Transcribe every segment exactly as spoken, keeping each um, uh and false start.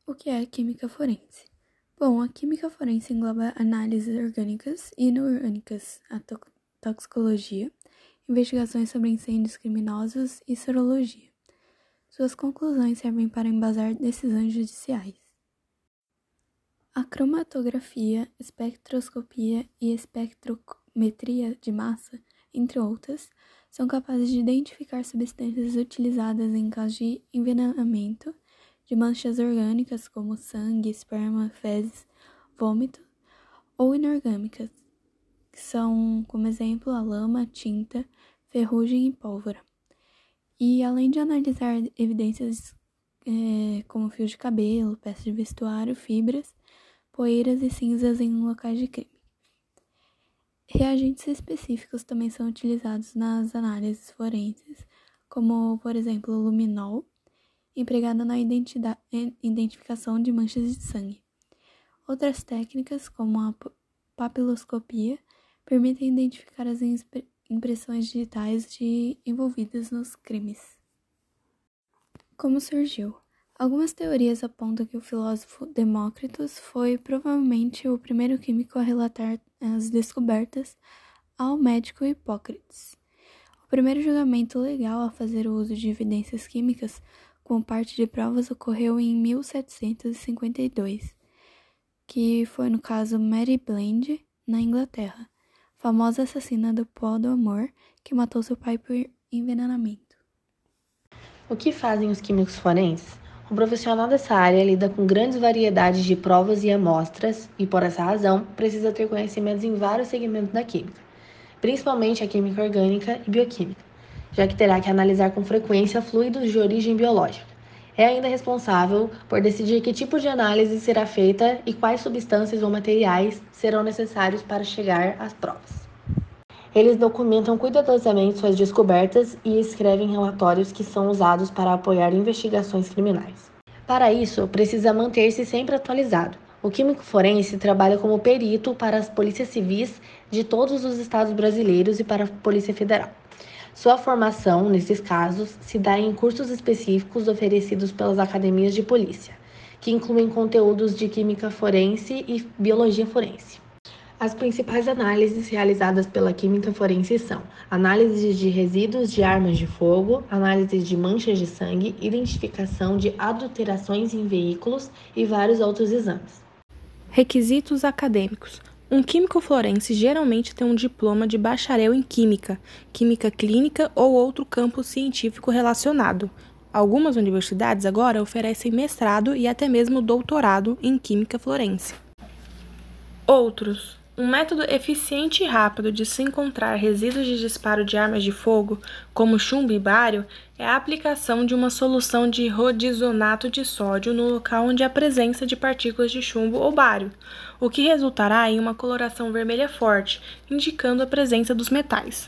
O que é química forense? Bom, a química forense engloba análises orgânicas e inorgânicas, a to- toxicologia, investigações sobre incêndios criminosos e sorologia. Suas conclusões servem para embasar decisões judiciais. A cromatografia, espectroscopia e espectrometria de massa, entre outras, são capazes de identificar substâncias utilizadas em casos de envenenamento, de manchas orgânicas como sangue, esperma, fezes, vômito, ou inorgânicas, que são, como exemplo, a lama, tinta, ferrugem e pólvora. E além de analisar evidências é, como fios de cabelo, peças de vestuário, fibras, poeiras e cinzas em locais de crime. Reagentes específicos também são utilizados nas análises forenses, como, por exemplo, o luminol, empregado na identificação de manchas de sangue. Outras técnicas, como a papiloscopia, permitem identificar as impressões digitais de envolvidas nos crimes. Como surgiu? Algumas teorias apontam que o filósofo Demócritos foi provavelmente o primeiro químico a relatar as descobertas ao médico Hipócrates. O primeiro julgamento legal a fazer o uso de evidências químicas como parte de provas ocorreu em mil setecentos e cinquenta e dois, que foi no caso Mary Bland, na Inglaterra, famosa assassina do pó do amor que matou seu pai por envenenamento. O que fazem os químicos forenses? Um profissional dessa área lida com grandes variedades de provas e amostras e, por essa razão, precisa ter conhecimentos em vários segmentos da química, principalmente a química orgânica e bioquímica, já que terá que analisar com frequência fluidos de origem biológica. É ainda responsável por decidir que tipo de análise será feita e quais substâncias ou materiais serão necessários para chegar às provas. Eles documentam cuidadosamente suas descobertas e escrevem relatórios que são usados para apoiar investigações criminais. Para isso, precisa manter-se sempre atualizado. O químico forense trabalha como perito para as polícias civis de todos os estados brasileiros e para a Polícia Federal. Sua formação, nesses casos, se dá em cursos específicos oferecidos pelas academias de polícia, que incluem conteúdos de química forense e biologia forense. As principais análises realizadas pela química forense são análises de resíduos de armas de fogo, análises de manchas de sangue, identificação de adulterações em veículos e vários outros exames. Requisitos acadêmicos. Um químico forense geralmente tem um diploma de bacharel em química, química clínica ou outro campo científico relacionado. Algumas universidades agora oferecem mestrado e até mesmo doutorado em química forense. Outros. Um método eficiente e rápido de se encontrar resíduos de disparo de armas de fogo, como chumbo e bário, é a aplicação de uma solução de rodizonato de sódio no local onde há presença de partículas de chumbo ou bário, o que resultará em uma coloração vermelha forte, indicando a presença dos metais.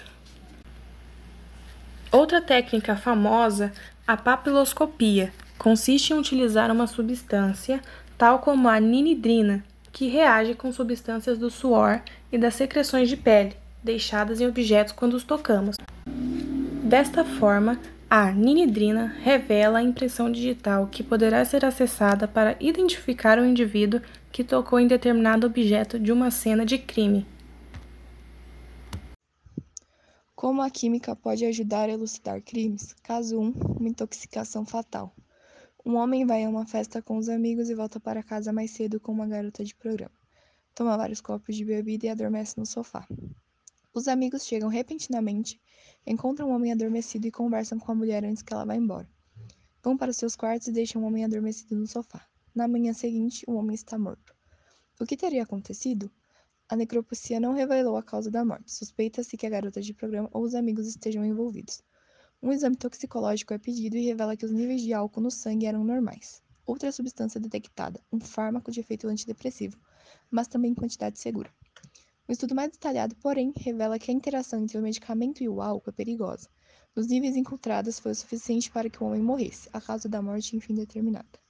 Outra técnica famosa, a papiloscopia, consiste em utilizar uma substância, tal como a ninidrina, que reage com substâncias do suor e das secreções de pele, deixadas em objetos quando os tocamos. Desta forma, a ninidrina revela a impressão digital que poderá ser acessada para identificar o indivíduo que tocou em determinado objeto de uma cena de crime. Como a química pode ajudar a elucidar crimes? Caso um, uma intoxicação fatal. Um homem vai a uma festa com os amigos e volta para casa mais cedo com uma garota de programa. Toma vários copos de bebida e adormece no sofá. Os amigos chegam repentinamente, encontram o homem adormecido e conversam com a mulher antes que ela vá embora. Vão para seus quartos e deixam o homem adormecido no sofá. Na manhã seguinte, o homem está morto. O que teria acontecido? A necropsia não revelou a causa da morte. Suspeita-se que a garota de programa ou os amigos estejam envolvidos. Um exame toxicológico é pedido e revela que os níveis de álcool no sangue eram normais. Outra substância detectada, um fármaco de efeito antidepressivo, mas também em quantidade segura. Um estudo mais detalhado, porém, revela que a interação entre o medicamento e o álcool é perigosa. Nos níveis encontrados foi o suficiente para que o homem morresse, a causa da morte enfim determinada.